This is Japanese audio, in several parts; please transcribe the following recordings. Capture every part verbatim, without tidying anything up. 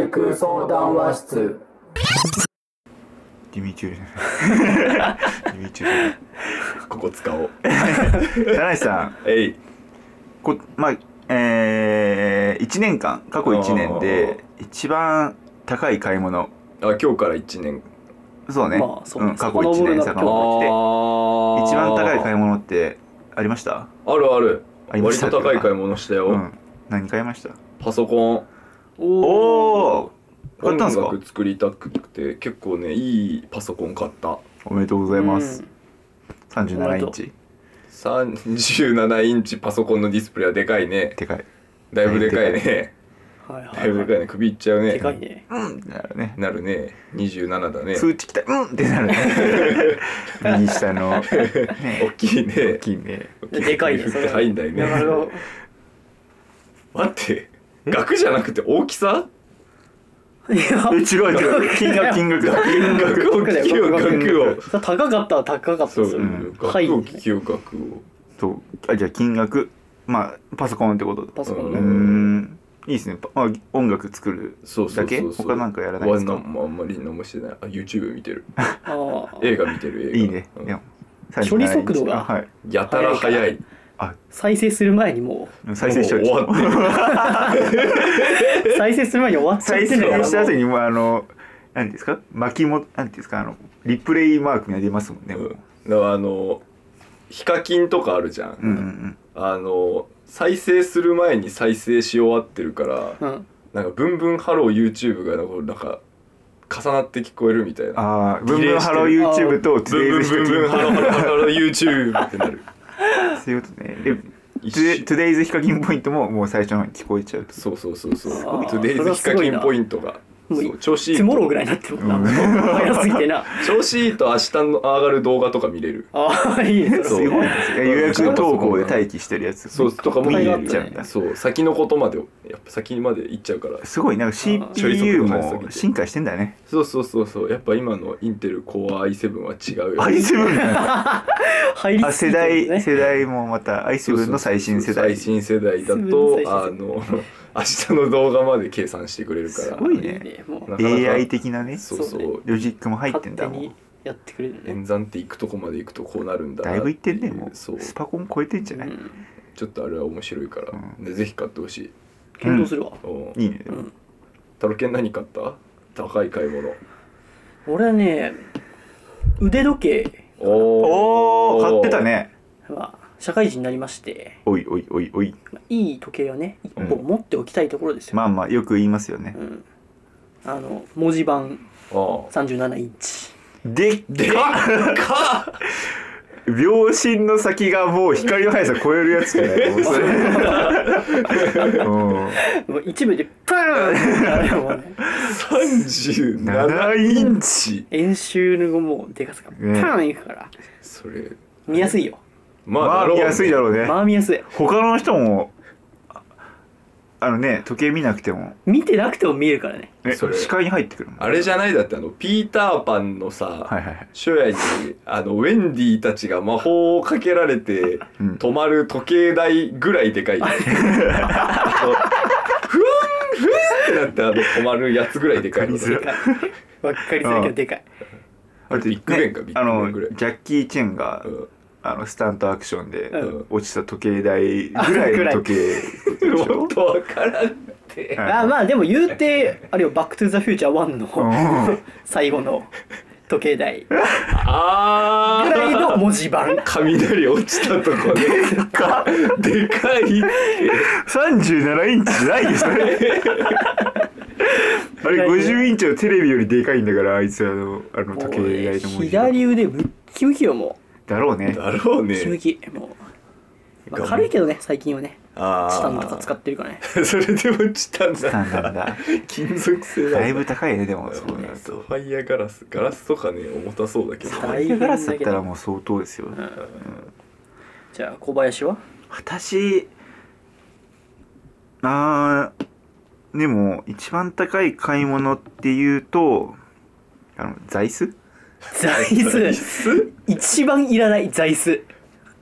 育相談話室。 ディミチュールディミチュールここ使おう。 田中さん、 えいこまあえー、いちねんかん過去いちねんで一番高い買い物。 あ、今日からいちねん。 そうね、 まあそううん、過去いちねん遡って一番高い買い物ってありました？ あるある。 ありました割と高い買い物したよ、 うん、何買いました？ パソコン。 おお買ったんですか？ 音楽作りたくて結構ねいいパソコン買った。 おめでとうございます、うん、さんじゅうななインチさんじゅうななインチパソコンのディスプレイはでかいね。 でかい、 だいぶでかいね。 はいはいはい、 だいぶでかいね。首いっちゃうね。 でかいね。 うんなるね。 なるね。にじゅうななだね。 通知来たうんってなるね。右下の、ね、 大きいね。 大きいね。 でかいね。 振って入んないね。待って、額じゃなくて大きさ？ いや違う違う金額金額金額を聞きよ額を。 高かったは高かったですよ。 額を聞きよ額を。 そうあじゃあ金額まあパソコンってことパソコンね。うんいいですね。まあ音楽作るだけ他なんかやらないですか？ まああんまり何もしてない。あ YouTube 見てる。 あ映画見てる映画。 いいね。いや処理速度がはいやたら早い。 あ再生する前にもう再生しちゃう終わってる再生する前に終わっちゃってんだから再生した後にもうあの何ですか巻きも何ですかあのリプレイマークが出ますもんね、うん、 だからあのヒカキンとかあるじゃん、 うんうんうん、 あの再生する前に再生し終わってるから、うん、なんかブンブンハロー YouTube がなんか重なって聞こえるみたいな。 ああブンブンハロー YouTube とトゥデイズヒカキンブンブンブンハローハロー YouTube ってなる。 そういうことね。で、トゥデイズヒカキンポイントももう最初の方に聞こえちゃう。 そうそうそうそう。トゥデイズヒカキンポイントが。 そう調子いい。トゥモローぐらいになってるもんな。早すぎてな。 調子いいと明日の上がる動画とか見れる。 ああいいね。 すごいですね。予約投稿で待機してるやつ。 そうとかも見れちゃうんだ。 そう先のことまでやっぱ先まで行っちゃうから。 すごいなんか シーピーユー も進化してんだよね。 そうそうそうそう。やっぱ今のインテル Core アイセブン は違うよ。 アイセブン入りあ世代世代もまた アイセブン の最新世代。 最新世代だとあの明日の動画まで計算してくれるから。 すごいね。エーアイ 的なね。 そうそう。 ロジックも入ってんだもん。 やってくれるね。 演算っていくとこまでいくとこうなるんだな。 だいぶいってんねもう。 そうスパコン超えてんじゃない？ ちょっとあれは面白いから、でぜひ買ってほしい。 検討するわ。 いいね。 タロケン何買った？高い買い物。 俺はね腕時計。 おお買ってたね。 まあ社会人になりまして。 おいおいおいおい。 いい時計をね一本持っておきたいところですよ。 まあまあよく言いますよね。 あの文字盤さんじゅうななインチ。 でっかっ秒針の先がもう光の速さ超えるやつじゃないもうそれもう一部でパーンってあれもねさんじゅうななインチ円周のもうでかさがパーンいくから、ね、 それ見やすいよ。 まあ、まあ見やすいだろうね。 まあ見やすい。 他の人もあのね時計見なくても見てなくても見えるからね。 えそれ視界に入ってくるもん。 あれじゃないだってあのピーターパンのさ、 はいはいはい、 初夜にあのウェンディたちが魔法をかけられて止まる時計台ぐらいでかい、うん、ふわんふわんってなってあの止まるやつぐらいでかい。 わかりづらいわかりづらいけどでかい。 あれビッグベンか、ね、ビッグベンぐらい。 あのジャッキー・チェンが、うんあのスタントアクションで落ちた時計台ぐらいの時計もっとわからんって。 あまあでも言うてあれよバックトゥザフューチャーワンの最後の時計台あぐらいの文字盤。 雷落ちたとこでかでかいってさんじゅうななインチじゃないですね。あれごじゅうインチのテレビよりでかいんだからあいつあのあの時計台の文字盤。 左腕ムッキムキよもう。 だろうね。 だろうね。 ムキムキもう、まあ、軽いけどね最近はね。あチタンとか使ってるからね。 それでもチタンだ。 チタンなんだ。 金属製だ。 だいぶ高いねでもそうね。 ファイヤーガラスガラスとかね重たそうだけど。 ファイヤーガラスだったらもう相当ですよ。うんうん、 じゃあ小林は？ 私あーでも一番高い買い物っていうとあの座椅子。 座椅子一番いらない座椅子。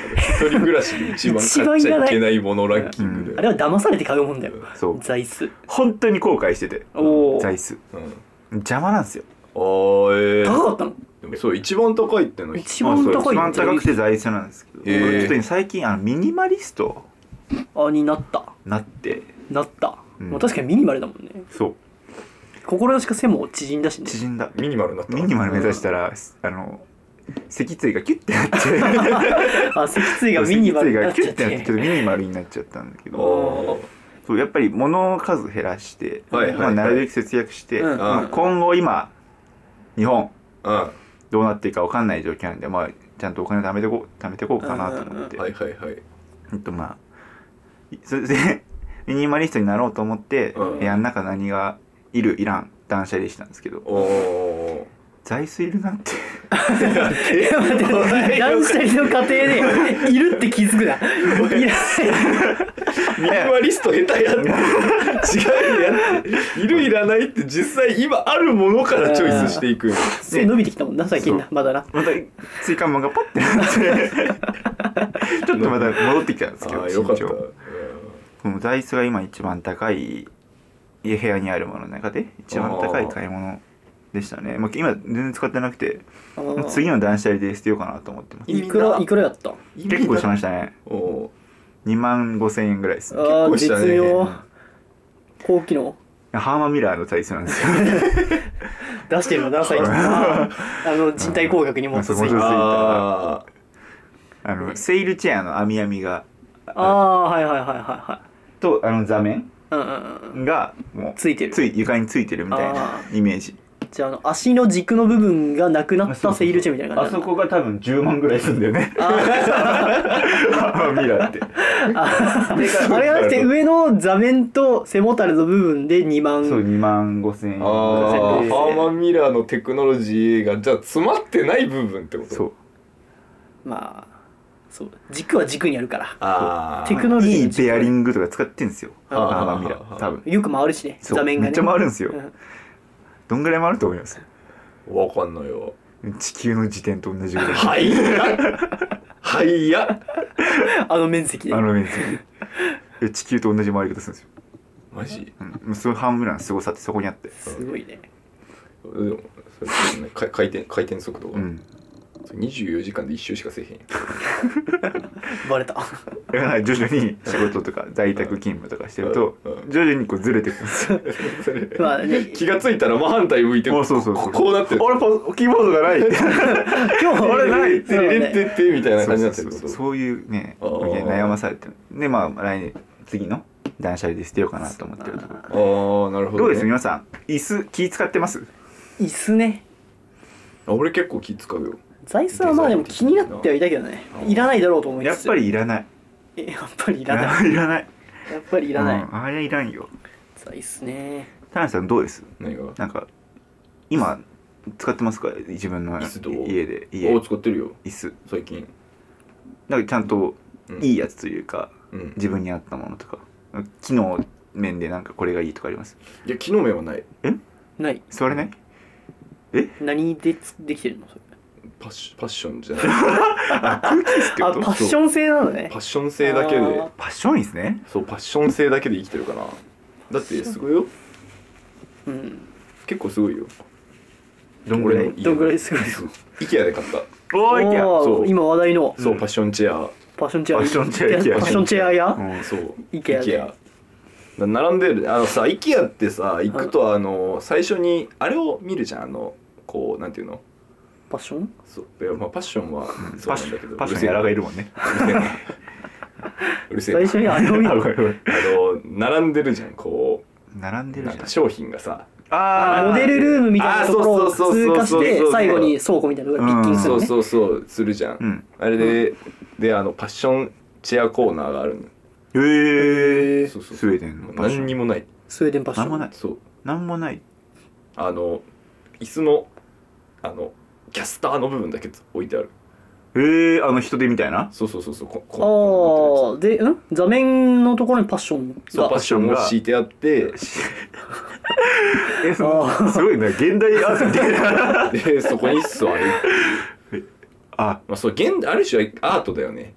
一人暮らしで一番買っちゃいけないものランキングで、 あれは騙されて買うもんだよ。 そう座椅子。 本当に後悔してておー座椅子うん、 邪魔なんですよ。 あーえー、 高かったの？ でもそう一番高いっての一番高い一番高くて座椅子なんですけど、 へーちょっとね最近あのミニマリストあになった。 なってなった。 うんもう確かにミニマルだもんね。 そう心なしか背も縮んだしね。 縮んだミニマルになった。 ミニマル目指したらあの脊椎がキュッてなってあ、脊椎がミニマルになっちゃっ脊椎がキュッてなってて。 ちょっとミニマルになっちゃったんだけど、 おーそうやっぱり物の数減らして、 はいはいはいまあ、なるべく節約して、 うんまあ、今後今日本うんどうなっていくか分かんない状況なんで、まあ、ちゃんとお金を貯めてこう貯めてこうかなと思って、 はいはいはいえっとまあそれでミニマリストになろうと思って、 うん部屋の中何がいるいらん断捨離したんですけど、 お座椅子いるなっていや待って断捨離の過程でいるって気づくな。いらない。 ーミニマリスト下手やって違うやっているいらないって実際今あるものからチョイスしていくんよ背伸びてきたもんな最近な。まだな。 また椎間板がパッてなってちょっとまた戻ってきたんですけどああよかった身長この座椅子が今一番高い家部屋にあるものの中で一番高い買い物でしたね。まあ、今全然使ってなくてあー次の断捨離で捨てようかなと思ってます。 いくらいくらやった？ 結構しましたね。 おにまんごせんえんぐらいですね。 ああ構したね絶妙。高機能ハーマーミラーの座椅子なんですよ出してるのな最近。あの人体工学にもついて。 そうああのセイルチェアの網網がああはいはいはいはいはとあの座面い。うんうんうん。 がもうついてるつい床についてるみたいなあイメージ。 じゃああの足の軸の部分がなくなったセイルチェアみたいな感じあそこが多分じゅうまんぐらいするんだよねあハーマーミラーって。 ああれがなくて上の座面と背もたれの部分でにまん。 そうにまんごせんえんああえーハーマンミラーのテクノロジーがじゃあ詰まってない部分ってことそうまあそう軸は軸にあるからあテクノロジーいいベアリングとか使ってんですよハあーーマーミラー多分よく回るしねそう座面がねめっちゃ回るんですようんどんぐらい回ると思います？ わかんないよ地球の自転と同じぐらいはいやはいやあの面積であの面積で地球と同じ回り方するんですよ、 マジうん、もうそのハーマーミラーの凄さってそこにあってすごいねでもそれねか回転回転速度が、 うんそれにじゅうよじかんで一周しかせえへんよバレただから徐々に仕事とか在宅勤務とかしてるとうん徐々にこうずれてくるんですよそれまあね気がついたら真反対向いてあそうそうそうここうなってるあれパキーボードがないって今日あれないてれれってってみたいな感じになってるそうそうそうそういうねあー悩まされてるでまあ来年次の断捨離で捨てようかなと思ってるところああなるほど、ね、 どうです皆さん椅子気使ってます？ 椅子ねあ俺結構気使うよ座椅子はまあでも気になってはいたけどねいらないだろうと思いつつやっぱりいらないえやっぱりいらないいらないやっぱりいらないうんあれいらんよ。 座椅子ね田中さんどうです？ 何がなんか今使ってますか自分の椅子どう家で家お使ってるよ椅子最近なんかちゃんとうんいいやつというか、 うん自分に合ったものとか機能面でなんかこれがいいとかあります？ いや機能面はないない座れない？ 何でつできてるのそれパッシパッションじゃない空気椅子ってあこと？ パッション性なのねパッション性だけであーパッション椅子ね。 そうパッション性だけで生きてるかなだってすごいようん結構すごいよどんぐらい俺の？家どんぐらいすごいよ IKEA で買ったおーいや。 おーそう今話題のそう、 うんパッションチェアパッションチェアパッションチェア IKEA パッションチェアやうんそうイケアで IKEA だ並んでるあのさ IKEA ってさ行くとあの最初にあれを見るじゃんあのこうなんていうのパッションそういやまあパッションはそうパッシなんだけどョンパッションにやらがいるもんね。 うるせえなうるせえな最初にあれを見あるごめんごめんあの並んでるじゃんこ並んでるじゃんうなんか。商品がさあモデルルームみたいなところをあーそうそうそうそう通過してそう最後に倉庫みたいなところにピッキングするのねそうそうそうするじゃん、 うんあれで、であのパッションチェアコーナーがあるのへえ。 そうそうスウェーデンのパッション何にもないスウェーデンパッションなんもない。 そうなんもない。 あの椅子のあのキャスターの部分だけ置いてあるへえあの人手みたいな。 そうそうそうそうここああでん座面のところにパッションがそうパッションが敷いてあってえそのあーすごいね現代アートみたいな。 でそこに座るあまあそう現ある種はアートだよね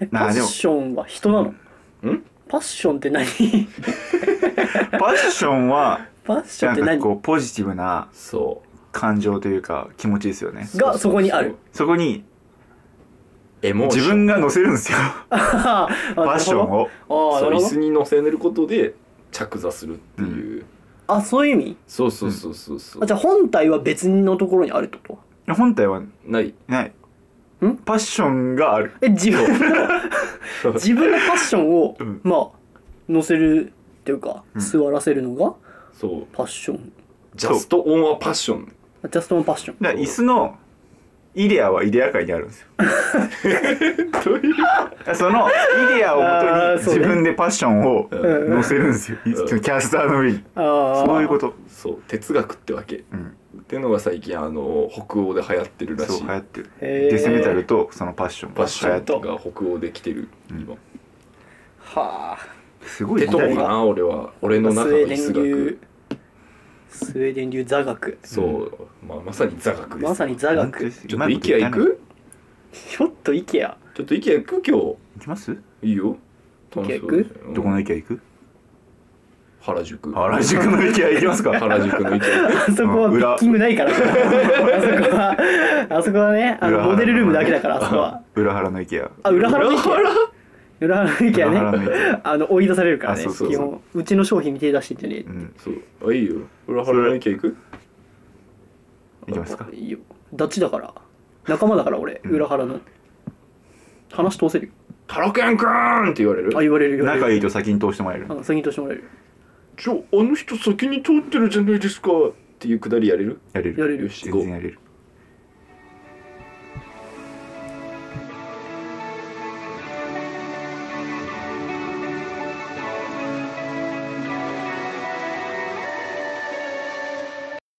えパッまあでもションは人なの？ んパッションって何？ パッションはパッションなんかって何こうポジティブなそ感情というか気持ちですよね。 うがそこにある。 そこにエモーション自分が乗せるんですよ。 パパッションを。 ああ、なるほど。 そう椅子に乗せることで着座するっていう、 あ、そういう意味？ そうそうそうそうそう、 あ、じゃあ本体は別のところにあるってこ本体はないない。 んパッションがある。 と？え、自分の自分のパッションを、 うんまあ乗せるっていうか、 うん座らせるのがそうパッション。 ジャストオンアパッション。 ジャストのパッション。 だから椅子のイデアはイデア界にあるんですよ。 どういうそのイデアをもとにあーそうね自分でパッションをうん乗せるんですよ。キャスターの上に。 ああ。 そういうこと。 そう哲学ってわけ、 うん。 っていうのが最近あの北欧で流行ってるらそうしい。 流行ってる。 へーデスメタルとそのパッションパッションが流行ってる。 が北欧で来てる今、 はあ。 すごいってとこ時代が。 かな俺は俺の中のスウェーデ哲ン流学。 スウェーデン流座学。 そう、まあ、まさに座学です。 まさに座学。 本当ですちょっと IKEA 行く？ ちょっと IKEA。 ちょっと IKEA 行く今行きます？ 日。いいよ。 IKEA 行く楽しそうどこの IKEA 行く？ 原宿。 原宿の IKEA 行きますか？ 原宿の IKEA。 あそこはピッキングないから。あそこは、あそこはね、あの裏モデルルームだけだから、あそこは。 裏原の IKEA。 あ、裏腹の裏 IKEA。 原裏腹の IKEA 裏原のね。 IKEA。 あの追い出されるからね。 あそうそうそう基本うちの商品に手出してんじゃねえ。 うん。 そうあいいよ裏原の IKEA 行く？ 行きますか？ いいよ。ダチだから。仲間だから俺、 うん裏腹の。話通せるよ。 タラケンくんって言われる？ あ、言われるよ。 仲いいと先に通してもらえる。 あ、先に通してもらえる。 ちょあの人先に通ってるじゃないですかっていうくだりやれる？ やれる。 やれる全然やれる。